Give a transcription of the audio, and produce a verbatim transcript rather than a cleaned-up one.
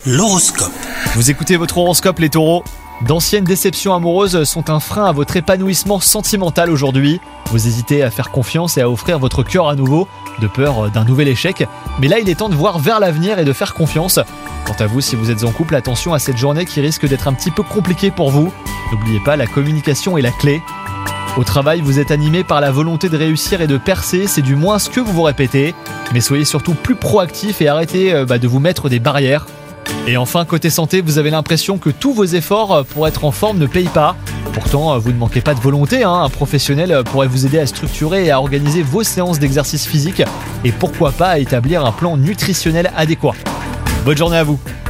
L'horoscope. Vous écoutez votre horoscope les taureaux. D'anciennes déceptions amoureuses sont un frein à votre épanouissement sentimental aujourd'hui. Vous hésitez à faire confiance et à offrir votre cœur à nouveau, de peur d'un nouvel échec. Mais là, il est temps de voir vers l'avenir et de faire confiance. Quant à vous, si vous êtes en couple, attention à cette journée qui risque d'être un petit peu compliquée pour vous. N'oubliez pas, la communication est la clé. Au travail, vous êtes animé par la volonté de réussir et de percer, c'est du moins ce que vous vous répétez. Mais soyez surtout plus proactif et arrêtez euh, bah, de vous mettre des barrières. Et enfin, côté santé, vous avez l'impression que tous vos efforts pour être en forme ne payent pas. Pourtant, vous ne manquez pas de volonté, hein. Un professionnel pourrait vous aider à structurer et à organiser vos séances d'exercice physique et pourquoi pas à établir un plan nutritionnel adéquat. Bonne journée à vous.